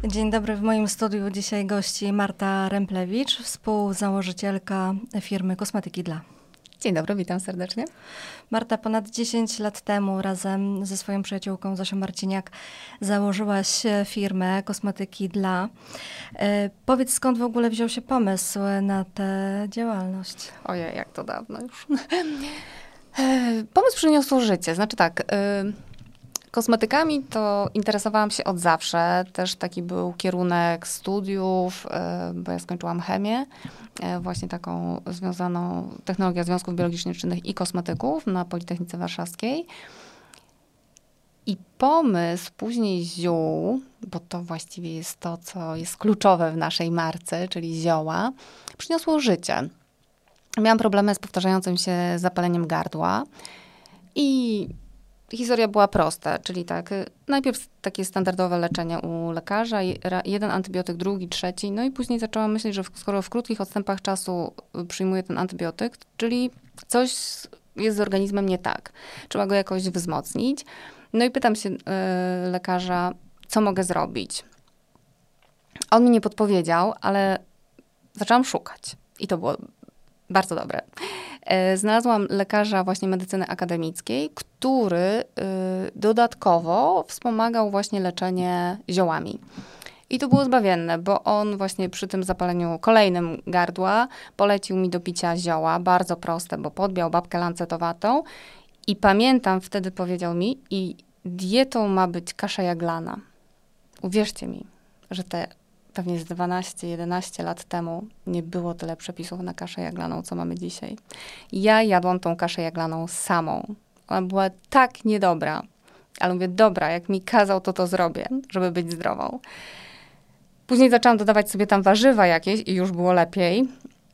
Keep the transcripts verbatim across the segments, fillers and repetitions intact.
Dzień dobry, w moim studiu dzisiaj gości Marta Remplewicz, współzałożycielka firmy Kosmetyki Dla. Dzień dobry, witam serdecznie. Marta, ponad dziesięć lat temu razem ze swoją przyjaciółką Zosią Marciniak założyłaś firmę Kosmetyki Dla. E, powiedz, skąd w ogóle wziął się pomysł na tę działalność? Ojej, jak to dawno już. Pomysł przyniósł życie. Znaczy tak, y, kosmetykami to interesowałam się od zawsze. Też taki był kierunek studiów, y, bo ja skończyłam chemię. Y, właśnie taką związaną, technologia związków biologicznych czynnych i kosmetyków na Politechnice Warszawskiej. I pomysł później ziół, bo to właściwie jest to, co jest kluczowe w naszej marce, czyli zioła, przyniosło życie. Miałam problemy z powtarzającym się zapaleniem gardła i historia była prosta, czyli tak, najpierw takie standardowe leczenie u lekarza, jeden antybiotyk, drugi, trzeci, no i później zaczęłam myśleć, że skoro w krótkich odstępach czasu przyjmuję ten antybiotyk, czyli coś jest z organizmem nie tak, trzeba go jakoś wzmocnić. No i pytam się y, lekarza, co mogę zrobić. On mi nie podpowiedział, ale zaczęłam szukać i to było bardzo dobre. Znalazłam lekarza właśnie medycyny akademickiej, który y, dodatkowo wspomagał właśnie leczenie ziołami. I to było zbawienne, bo on właśnie przy tym zapaleniu kolejnym gardła polecił mi do picia zioła, bardzo proste, bo podbiał babkę lancetowatą i pamiętam, wtedy powiedział mi, i dietą ma być kasza jaglana. Uwierzcie mi, że te pewnie z dwanaście jedenaście lat temu nie było tyle przepisów na kaszę jaglaną, co mamy dzisiaj. Ja jadłam tą kaszę jaglaną samą. Ona była tak niedobra, ale mówię, dobra, jak mi kazał, to to zrobię, żeby być zdrową. Później zaczęłam dodawać sobie tam warzywa jakieś i już było lepiej,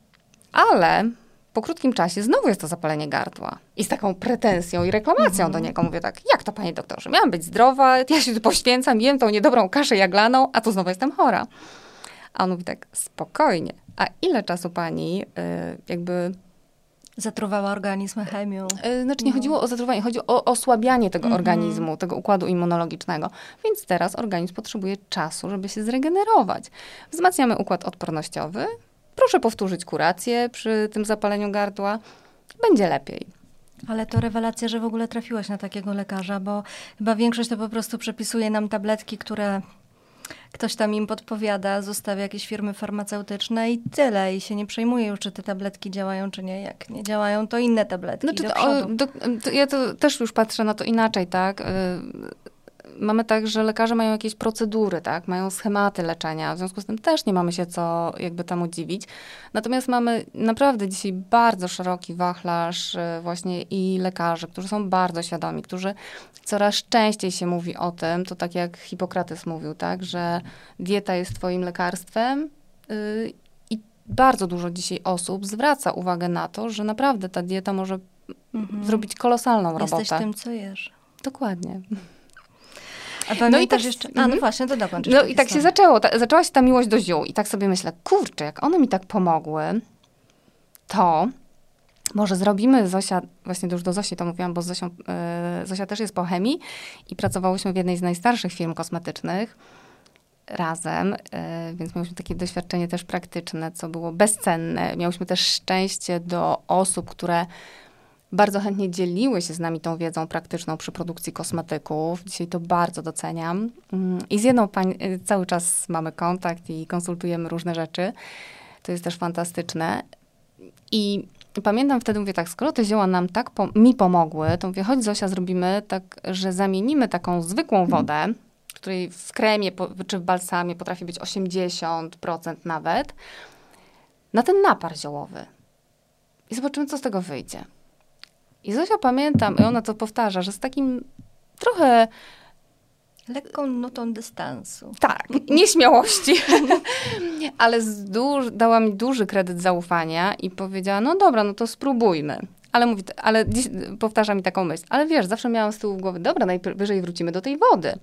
ale po krótkim czasie znowu jest to zapalenie gardła. I z taką pretensją i reklamacją mm. do niego mówię tak, jak to, panie doktorze, miałam być zdrowa, ja się tu poświęcam, jem tą niedobrą kaszę jaglaną, a tu znowu jestem chora. A on mówi tak, spokojnie, a ile czasu pani y, jakby... Zatruwała organizm chemią. Yy, znaczy nie no. chodziło o zatruwanie, chodzi o osłabianie tego mm-hmm. organizmu, tego układu immunologicznego. Więc teraz organizm potrzebuje czasu, żeby się zregenerować. Wzmacniamy układ odpornościowy. Proszę powtórzyć kurację przy tym zapaleniu gardła. Będzie lepiej. Ale to rewelacja, że w ogóle trafiłaś na takiego lekarza, bo chyba większość to po prostu przepisuje nam tabletki, które ktoś tam im podpowiada, zostawia jakieś firmy farmaceutyczne i tyle. I się nie przejmuje już, czy te tabletki działają, czy nie. Jak nie działają, to inne tabletki znaczy, do przodu. Do, to, ja to też już patrzę na to inaczej, tak? Y- Mamy tak, że lekarze mają jakieś procedury, tak? Mają schematy leczenia. W związku z tym też nie mamy się co jakby temu dziwić. Natomiast mamy naprawdę dzisiaj bardzo szeroki wachlarz właśnie i lekarzy, którzy są bardzo świadomi, którzy coraz częściej się mówi o tym, to tak jak Hipokrates mówił, tak? Że dieta jest twoim lekarstwem yy, i bardzo dużo dzisiaj osób zwraca uwagę na to, że naprawdę ta dieta może mhm. zrobić kolosalną robotę. Jesteś tym, co jesz. Dokładnie. A no i tak jeszcze... A, no właśnie, to dokończ. No i tak się zaczęło. Ta, zaczęła się ta miłość do ziół. I tak sobie myślę, kurczę, jak one mi tak pomogły, to może zrobimy, Zosia, właśnie już do Zosi to mówiłam, bo z Zosią, yy, Zosia też jest po chemii i pracowałyśmy w jednej z najstarszych firm kosmetycznych razem, yy, więc miałyśmy takie doświadczenie też praktyczne, co było bezcenne. Miałyśmy też szczęście do osób, które bardzo chętnie dzieliły się z nami tą wiedzą praktyczną przy produkcji kosmetyków. Dzisiaj to bardzo doceniam. I z jedną pani cały czas mamy kontakt i konsultujemy różne rzeczy. To jest też fantastyczne. I pamiętam wtedy, mówię tak, skoro te zioła nam tak po- mi pomogły, to mówię, chodź Zosia, zrobimy tak, że zamienimy taką zwykłą wodę, w której w kremie po, czy w balsamie potrafi być osiemdziesiąt procent nawet, na ten napar ziołowy. I zobaczymy, co z tego wyjdzie. I Zosia, pamiętam, i ona to powtarza, że z takim trochę... lekką nutą dystansu. Tak, nieśmiałości. Ale z duż, dała mi duży kredyt zaufania i powiedziała, no dobra, no to spróbujmy. Ale mówi, ale dziś powtarza mi taką myśl. Ale wiesz, zawsze miałam z tyłu głowy, dobra, najwyżej wrócimy do tej wody.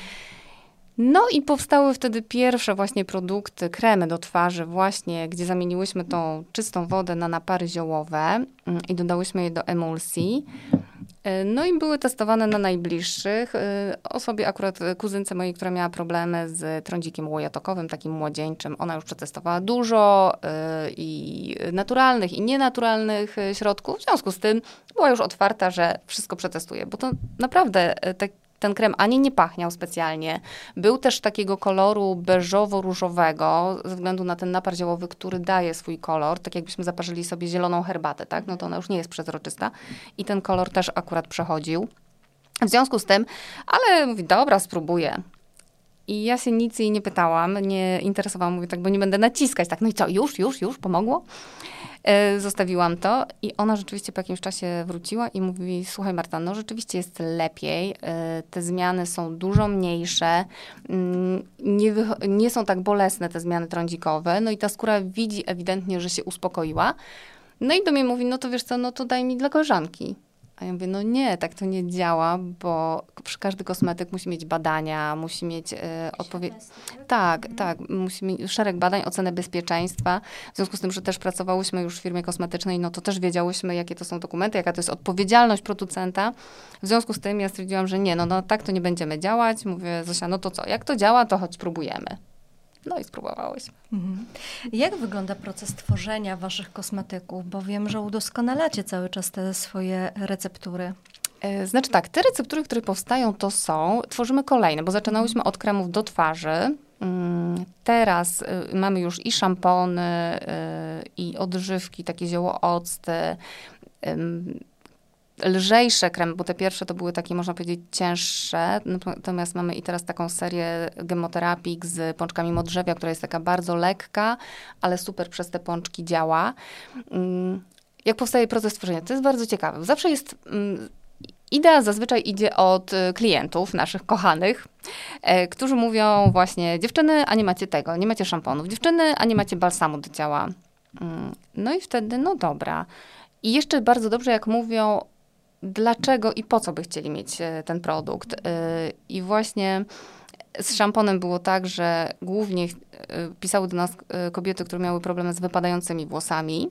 No i powstały wtedy pierwsze właśnie produkty, kremy do twarzy właśnie, gdzie zamieniłyśmy tą czystą wodę na napary ziołowe i dodałyśmy je do emulsji. No i były testowane na najbliższych. Osobie akurat kuzynce mojej, która miała problemy z trądzikiem łojotokowym, takim młodzieńczym, ona już przetestowała dużo i naturalnych, i nienaturalnych środków. W związku z tym była już otwarta, że wszystko przetestuje, bo to naprawdę tak. Ten krem ani nie pachniał specjalnie. Był też takiego koloru beżowo-różowego, ze względu na ten napar ziołowy, który daje swój kolor. Tak jakbyśmy zaparzyli sobie zieloną herbatę, tak? No to ona już nie jest przezroczysta. I ten kolor też akurat przechodził. W związku z tym, ale mówi, dobra, spróbuję. I ja się nic jej nie pytałam, nie interesowałam, mówię tak, bo nie będę naciskać. Tak, no i co, już, już, już, pomogło? Zostawiłam to i ona rzeczywiście po jakimś czasie wróciła i mówi, słuchaj Marta, no rzeczywiście jest lepiej, te zmiany są dużo mniejsze, nie, nie są tak bolesne te zmiany trądzikowe, no i ta skóra widzi ewidentnie, że się uspokoiła. No i do mnie mówi, no to wiesz co, no to daj mi dla koleżanki. A ja mówię, no nie, tak to nie działa, bo każdy kosmetyk musi mieć badania, musi mieć e, odpowiedź. Tak, mhm. tak, musi mieć szereg badań, ocenę bezpieczeństwa. W związku z tym, że też pracowałyśmy już w firmie kosmetycznej, no to też wiedziałyśmy, jakie to są dokumenty, jaka to jest odpowiedzialność producenta. W związku z tym ja stwierdziłam, że nie, no, no tak to nie będziemy działać. Mówię, Zosia, no to co, jak to działa, to choć spróbujemy. No i spróbowałyśmy. Mhm. Jak wygląda proces tworzenia waszych kosmetyków? Bo wiem, że udoskonalacie cały czas te swoje receptury. Znaczy tak, te receptury, które powstają, to są, tworzymy kolejne, bo zaczynałyśmy od kremów do twarzy. Teraz mamy już i szampony, i odżywki, takie ziołoocty, lżejsze kremy, bo te pierwsze to były takie, można powiedzieć, cięższe. Natomiast mamy i teraz taką serię Gemoterapii z pączkami modrzewia, która jest taka bardzo lekka, ale super przez te pączki działa. Jak powstaje proces tworzenia? To jest bardzo ciekawe. Zawsze jest... Idea zazwyczaj idzie od klientów, naszych kochanych, e, którzy mówią właśnie, dziewczyny, a nie macie tego, nie macie szamponów, dziewczyny, a nie macie balsamu do ciała. No i wtedy, no dobra. I jeszcze bardzo dobrze, jak mówią, dlaczego i po co by chcieli mieć ten produkt. I właśnie z szamponem było tak, że głównie pisały do nas kobiety, które miały problemy z wypadającymi włosami.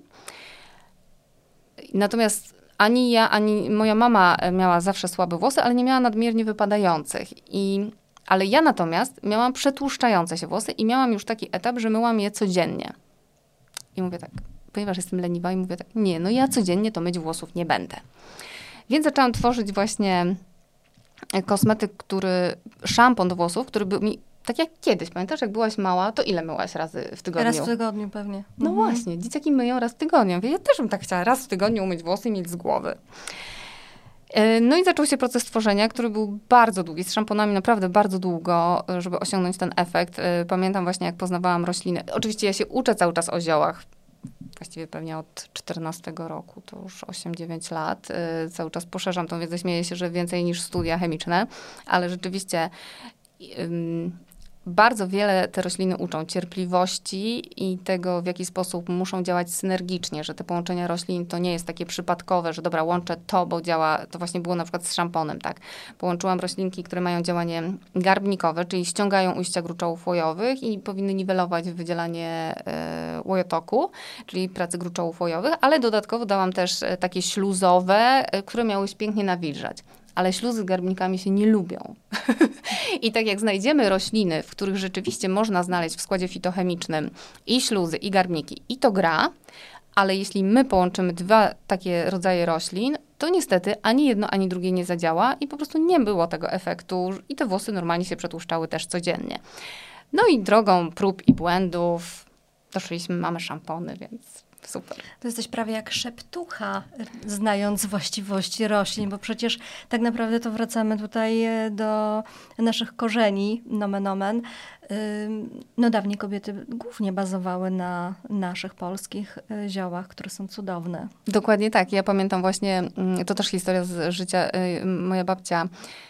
Natomiast ani ja, ani moja mama miała zawsze słabe włosy, ale nie miała nadmiernie wypadających. I, ale ja natomiast miałam przetłuszczające się włosy i miałam już taki etap, że myłam je codziennie. I mówię tak, ponieważ jestem leniwa i mówię tak, nie, no ja codziennie to myć włosów nie będę. Więc zaczęłam tworzyć właśnie kosmetyk, który, szampon do włosów, który był mi, tak jak kiedyś, pamiętasz, jak byłaś mała, to ile myłaś razy w tygodniu? Raz w tygodniu pewnie. No mhm. właśnie, dzieciaki myją raz w tygodniu. Ja też bym tak chciała raz w tygodniu umyć włosy i mieć z głowy. No i zaczął się proces tworzenia, który był bardzo długi, z szamponami naprawdę bardzo długo, żeby osiągnąć ten efekt. Pamiętam właśnie, jak poznawałam rośliny. Oczywiście ja się uczę cały czas o ziołach. Właściwie pewnie od czternastego roku, to już osiem dziewięć lat. Yy, cały czas poszerzam tą wiedzę, śmieję się, że więcej niż studia chemiczne, ale rzeczywiście yy, bardzo wiele te rośliny uczą cierpliwości i tego, w jaki sposób muszą działać synergicznie, że te połączenia roślin to nie jest takie przypadkowe, że dobra, łączę to, bo działa, to właśnie było na przykład z szamponem, tak. Połączyłam roślinki, które mają działanie garbnikowe, czyli ściągają ujścia gruczołów łojowych i powinny niwelować wydzielanie y, łojotoku, czyli pracy gruczołów łojowych, ale dodatkowo dałam też y, takie śluzowe, y, które miały się pięknie nawilżać. Ale śluzy z garbnikami się nie lubią. I tak jak znajdziemy rośliny, w których rzeczywiście można znaleźć w składzie fitochemicznym i śluzy, i garbniki, i to gra, ale jeśli my połączymy dwa takie rodzaje roślin, to niestety ani jedno, ani drugie nie zadziała i po prostu nie było tego efektu i te włosy normalnie się przetłuszczały też codziennie. No i drogą prób i błędów doszliśmy, mamy szampony, więc... Super. To jesteś prawie jak szeptucha, znając właściwości roślin, bo przecież tak naprawdę to wracamy tutaj do naszych korzeni, nomen omen. No dawniej kobiety głównie bazowały na naszych polskich ziołach, które są cudowne. Dokładnie tak. Ja pamiętam właśnie, to też historia z życia, moja babcia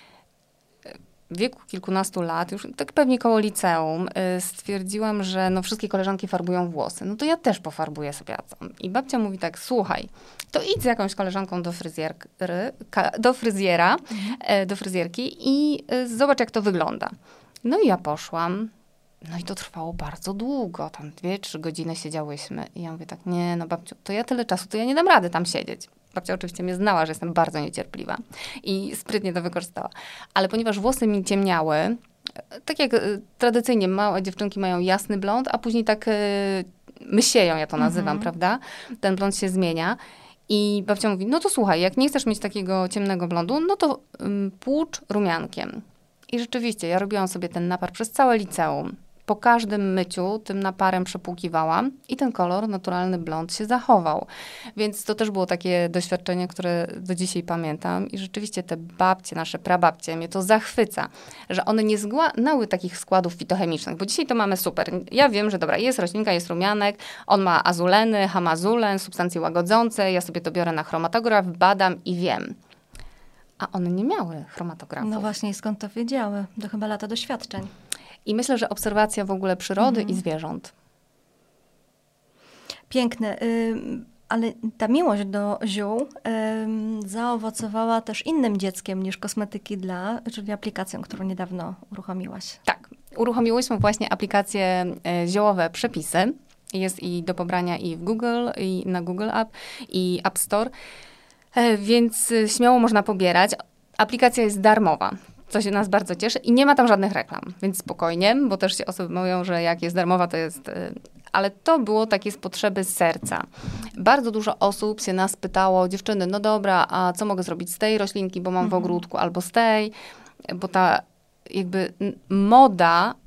w wieku kilkunastu lat, już tak pewnie koło liceum, stwierdziłam, że no wszystkie koleżanki farbują włosy. No to ja też pofarbuję sobie. I babcia mówi tak, słuchaj, to idź z jakąś koleżanką do, fryzjerk, do fryzjera, mhm. do fryzjerki i zobacz, jak to wygląda. No i ja poszłam. No i to trwało bardzo długo, tam dwie, trzy godziny siedziałyśmy. I ja mówię tak, nie no babciu, to ja tyle czasu, to ja nie dam rady tam siedzieć. Babcia oczywiście mnie znała, że jestem bardzo niecierpliwa i sprytnie to wykorzystała. Ale ponieważ włosy mi ciemniały, tak jak tradycyjnie małe dziewczynki mają jasny blond, a później tak mysieją, ja to nazywam, mhm. prawda? Ten blond się zmienia. I babcia mówi, no to słuchaj, jak nie chcesz mieć takiego ciemnego blondu, no to um, płucz rumiankiem. I rzeczywiście, ja robiłam sobie ten napar przez całe liceum. Po każdym myciu tym naparem przepłukiwałam i ten kolor, naturalny blond się zachował. Więc to też było takie doświadczenie, które do dzisiaj pamiętam. I rzeczywiście te babcie, nasze prababcie, mnie to zachwyca, że one nie znały takich składów fitochemicznych, bo dzisiaj to mamy super. Ja wiem, że dobra, jest roślinka, jest rumianek, on ma azuleny, hamazulen, substancje łagodzące, ja sobie to biorę na chromatograf, badam i wiem. A one nie miały chromatografów. No właśnie, i skąd to wiedziały? To chyba lata doświadczeń. I myślę, że obserwacja w ogóle przyrody mhm. i zwierząt. Piękne. Y, ale ta miłość do ziół y, zaowocowała też innym dzieckiem niż kosmetyki dla, czyli aplikacją, którą niedawno uruchomiłaś. Tak. Uruchomiłyśmy właśnie aplikację y, Ziołowe Przepisy. Jest i do pobrania i w Google, i na Google App, i App Store. Y, więc y, śmiało można pobierać. Aplikacja jest darmowa. Co się nas bardzo cieszy i nie ma tam żadnych reklam, więc spokojnie, bo też się osoby mówią, że jak jest darmowa, to jest... Ale to było takie z potrzeby serca. Bardzo dużo osób się nas pytało, dziewczyny, no dobra, a co mogę zrobić z tej roślinki, bo mam mhm. w ogródku, albo z tej, bo ta jakby moda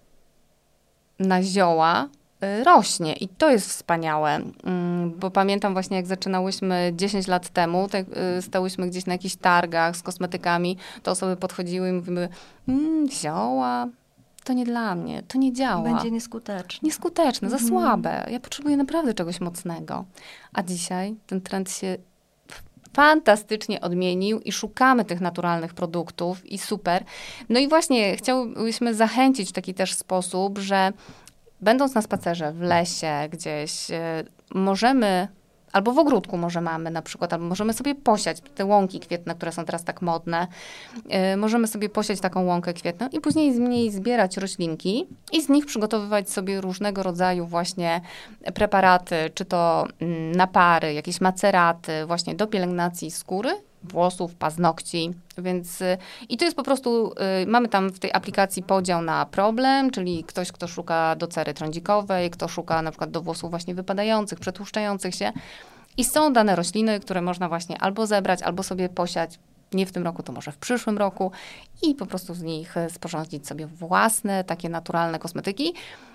na zioła rośnie i to jest wspaniałe, bo pamiętam właśnie jak zaczynałyśmy dziesięć lat temu, tak, stałyśmy gdzieś na jakichś targach z kosmetykami, to osoby podchodziły i mówiły, mmm, zioła, to nie dla mnie, to nie działa. Będzie nieskuteczne. Nieskuteczne, za mhm. słabe. Ja potrzebuję naprawdę czegoś mocnego. A dzisiaj ten trend się fantastycznie odmienił i szukamy tych naturalnych produktów i super. No i właśnie chciałyśmy zachęcić w taki też sposób, że będąc na spacerze w lesie gdzieś, możemy, albo w ogródku może mamy na przykład, albo możemy sobie posiać te łąki kwietne, które są teraz tak modne. Możemy sobie posiać taką łąkę kwietną i później z niej zbierać roślinki i z nich przygotowywać sobie różnego rodzaju właśnie preparaty, czy to napary, jakieś maceraty właśnie do pielęgnacji skóry, włosów, paznokci, więc i to jest po prostu, y, mamy tam w tej aplikacji podział na problem, czyli ktoś, kto szuka do cery trądzikowej, kto szuka na przykład do włosów właśnie wypadających, przetłuszczających się i są dane rośliny, które można właśnie albo zebrać, albo sobie posiać, nie w tym roku, to może w przyszłym roku i po prostu z nich sporządzić sobie własne, takie naturalne kosmetyki.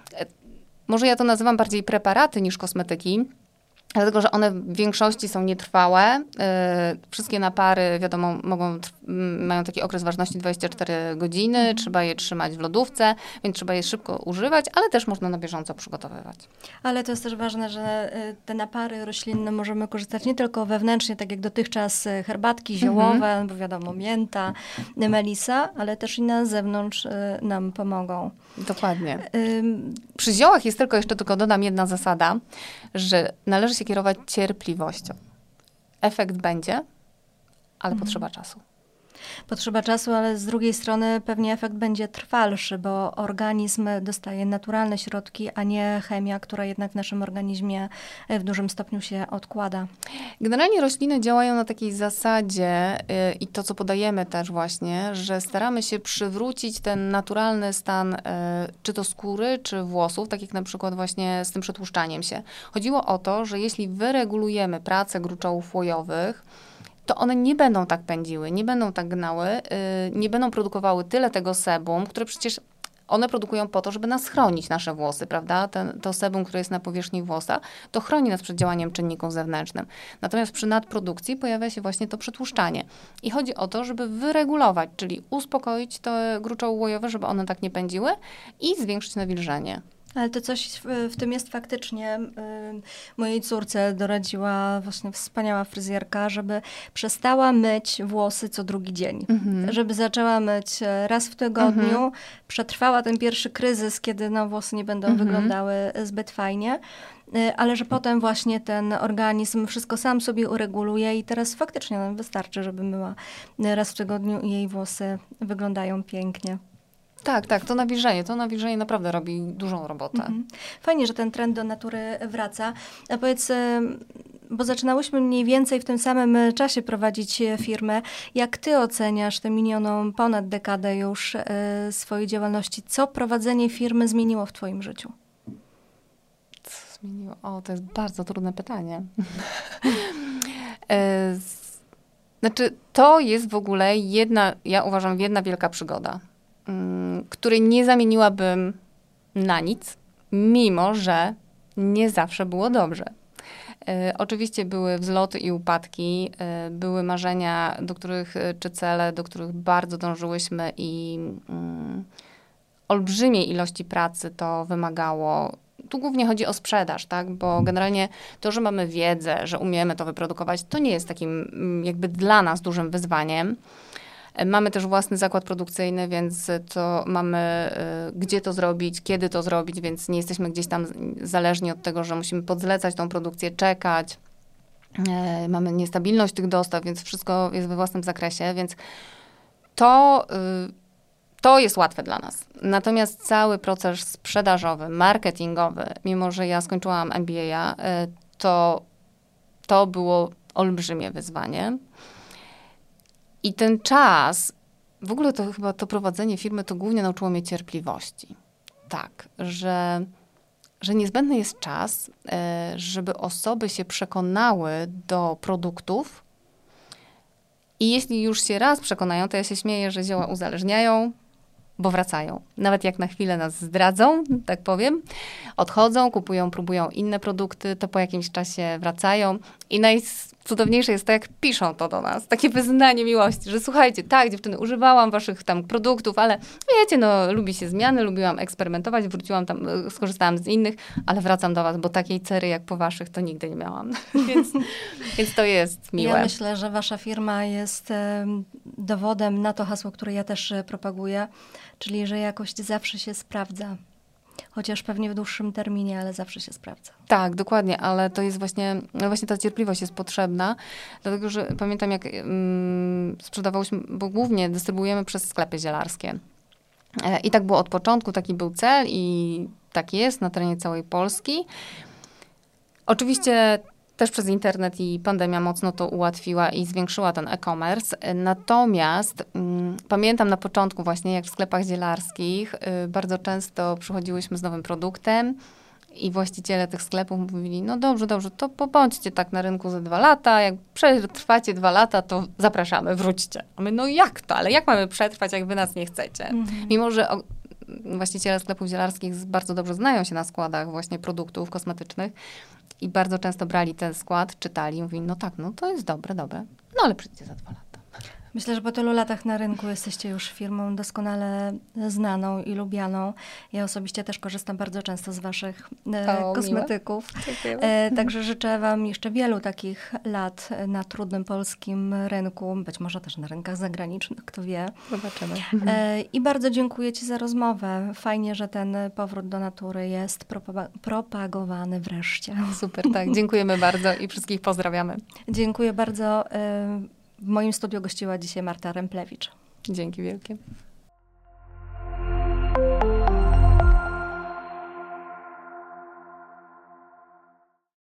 Może ja to nazywam bardziej preparaty niż kosmetyki, dlatego, że one w większości są nietrwałe. Yy, wszystkie napary, wiadomo, mogą, mają taki okres ważności dwadzieścia cztery godziny. Mhm. Trzeba je trzymać w lodówce, więc trzeba je szybko używać, ale też można na bieżąco przygotowywać. Ale to jest też ważne, że te napary roślinne możemy korzystać nie tylko wewnętrznie, tak jak dotychczas herbatki ziołowe, mhm. bo wiadomo, mięta, melisa, ale też i na zewnątrz nam pomogą. Dokładnie. Ym... Przy ziołach jest tylko, jeszcze tylko dodam jedna zasada, że należy się kierować cierpliwością. Efekt będzie, ale mhm. potrzeba czasu. Potrzeba czasu, ale z drugiej strony pewnie efekt będzie trwalszy, bo organizm dostaje naturalne środki, a nie chemia, która jednak w naszym organizmie w dużym stopniu się odkłada. Generalnie rośliny działają na takiej zasadzie yy, i to, co podajemy też właśnie, że staramy się przywrócić ten naturalny stan yy, czy to skóry, czy włosów, tak jak na przykład właśnie z tym przetłuszczaniem się. Chodziło o to, że jeśli wyregulujemy pracę gruczołów łojowych, to one nie będą tak pędziły, nie będą tak gnały, yy, nie będą produkowały tyle tego sebum, które przecież one produkują po to, żeby nas chronić, nasze włosy, prawda? Ten, to sebum, które jest na powierzchni włosa, to chroni nas przed działaniem czynników zewnętrznym. Natomiast przy nadprodukcji pojawia się właśnie to przetłuszczanie. I chodzi o to, żeby wyregulować, czyli uspokoić te gruczoły łojowe, żeby one tak nie pędziły i zwiększyć nawilżenie. Ale to coś w, w tym jest faktycznie. Y, mojej córce doradziła właśnie wspaniała fryzjerka, żeby przestała myć włosy co drugi dzień. Mm-hmm. Żeby zaczęła myć raz w tygodniu. Mm-hmm. Przetrwała ten pierwszy kryzys, kiedy no, włosy nie będą mm-hmm. wyglądały zbyt fajnie. Y, ale że potem właśnie ten organizm wszystko sam sobie ureguluje i teraz faktycznie no, wystarczy, żeby myła raz w tygodniu i jej włosy wyglądają pięknie. Tak, tak, to nawilżenie, to nawilżenie naprawdę robi dużą robotę. Mhm. Fajnie, że ten trend do natury wraca. A powiedz, bo zaczynałyśmy mniej więcej w tym samym czasie prowadzić firmę. Jak ty oceniasz tę minioną ponad dekadę już y, swojej działalności? Co prowadzenie firmy zmieniło w twoim życiu? Co zmieniło? O, to jest bardzo trudne pytanie. e, znaczy, to jest w ogóle jedna, ja uważam, jedna wielka przygoda, y, której nie zamieniłabym na nic, mimo że nie zawsze było dobrze. E, oczywiście były wzloty i upadki, e, były marzenia, do których, czy cele, do których bardzo dążyłyśmy i mm, olbrzymiej ilości pracy to wymagało. Tu głównie chodzi o sprzedaż, tak? Bo generalnie to, że mamy wiedzę, że umiemy to wyprodukować, to nie jest takim mm, jakby dla nas dużym wyzwaniem. Mamy też własny zakład produkcyjny, więc to mamy y, gdzie to zrobić, kiedy to zrobić, więc nie jesteśmy gdzieś tam zależni od tego, że musimy podzlecać tą produkcję, czekać. Y, mamy niestabilność tych dostaw, więc wszystko jest we własnym zakresie, więc to, y, to jest łatwe dla nas. Natomiast cały proces sprzedażowy, marketingowy, mimo że ja skończyłam M B A, y, to, to było olbrzymie wyzwanie. I ten czas, w ogóle to chyba to prowadzenie firmy to głównie nauczyło mnie cierpliwości. Tak, że, że niezbędny jest czas, żeby osoby się przekonały do produktów i jeśli już się raz przekonają, to ja się śmieję, że zioła uzależniają, bo wracają. Nawet jak na chwilę nas zdradzą, tak powiem, odchodzą, kupują, próbują inne produkty, to po jakimś czasie wracają. I najcudowniejsze jest to, jak piszą to do nas. Takie wyznanie miłości, że słuchajcie, tak, dziewczyny, używałam waszych tam produktów, ale wiecie, no, lubi się zmiany, lubiłam eksperymentować, wróciłam tam, skorzystałam z innych, ale wracam do was, bo takiej cery jak po waszych to nigdy nie miałam. więc, więc to jest miłe. Ja myślę, że wasza firma jest dowodem na to hasło, które ja też propaguję, czyli że jakość zawsze się sprawdza. Chociaż pewnie w dłuższym terminie, ale zawsze się sprawdza. Tak, dokładnie, ale to jest właśnie, właśnie ta cierpliwość jest potrzebna, dlatego że pamiętam, jak mm, sprzedawałyśmy, bo głównie dystrybuujemy przez sklepy zielarskie. E, I tak było od początku, taki był cel i tak jest na terenie całej Polski. Oczywiście też przez internet i pandemia mocno to ułatwiła i zwiększyła ten e-commerce. Natomiast mm, pamiętam na początku właśnie, jak w sklepach zielarskich y, bardzo często przychodziłyśmy z nowym produktem i właściciele tych sklepów mówili, no dobrze, dobrze, to pobądźcie tak na rynku za dwa lata, jak przetrwacie dwa lata, to zapraszamy, wróćcie. A my, no jak to? Ale jak mamy przetrwać, jak wy nas nie chcecie? Mhm. Mimo, że o, właściciele sklepów zielarskich bardzo dobrze znają się na składach właśnie produktów kosmetycznych, i bardzo często brali ten skład, czytali i mówili, no tak, no to jest dobre, dobre. No ale przyjdzie za dwa lata. Myślę, że po tylu latach na rynku jesteście już firmą doskonale znaną i lubianą. Ja osobiście też korzystam bardzo często z waszych e, o, kosmetyków. E, także życzę wam jeszcze wielu takich lat na trudnym polskim rynku, być może też na rynkach zagranicznych, kto wie. Zobaczymy. E, I bardzo dziękuję ci za rozmowę. Fajnie, że ten powrót do natury jest propa- propagowany wreszcie. Super, tak. Dziękujemy bardzo i wszystkich pozdrawiamy. Dziękuję bardzo. E, W moim studiu gościła dzisiaj Marta Remplewicz. Dzięki wielkie.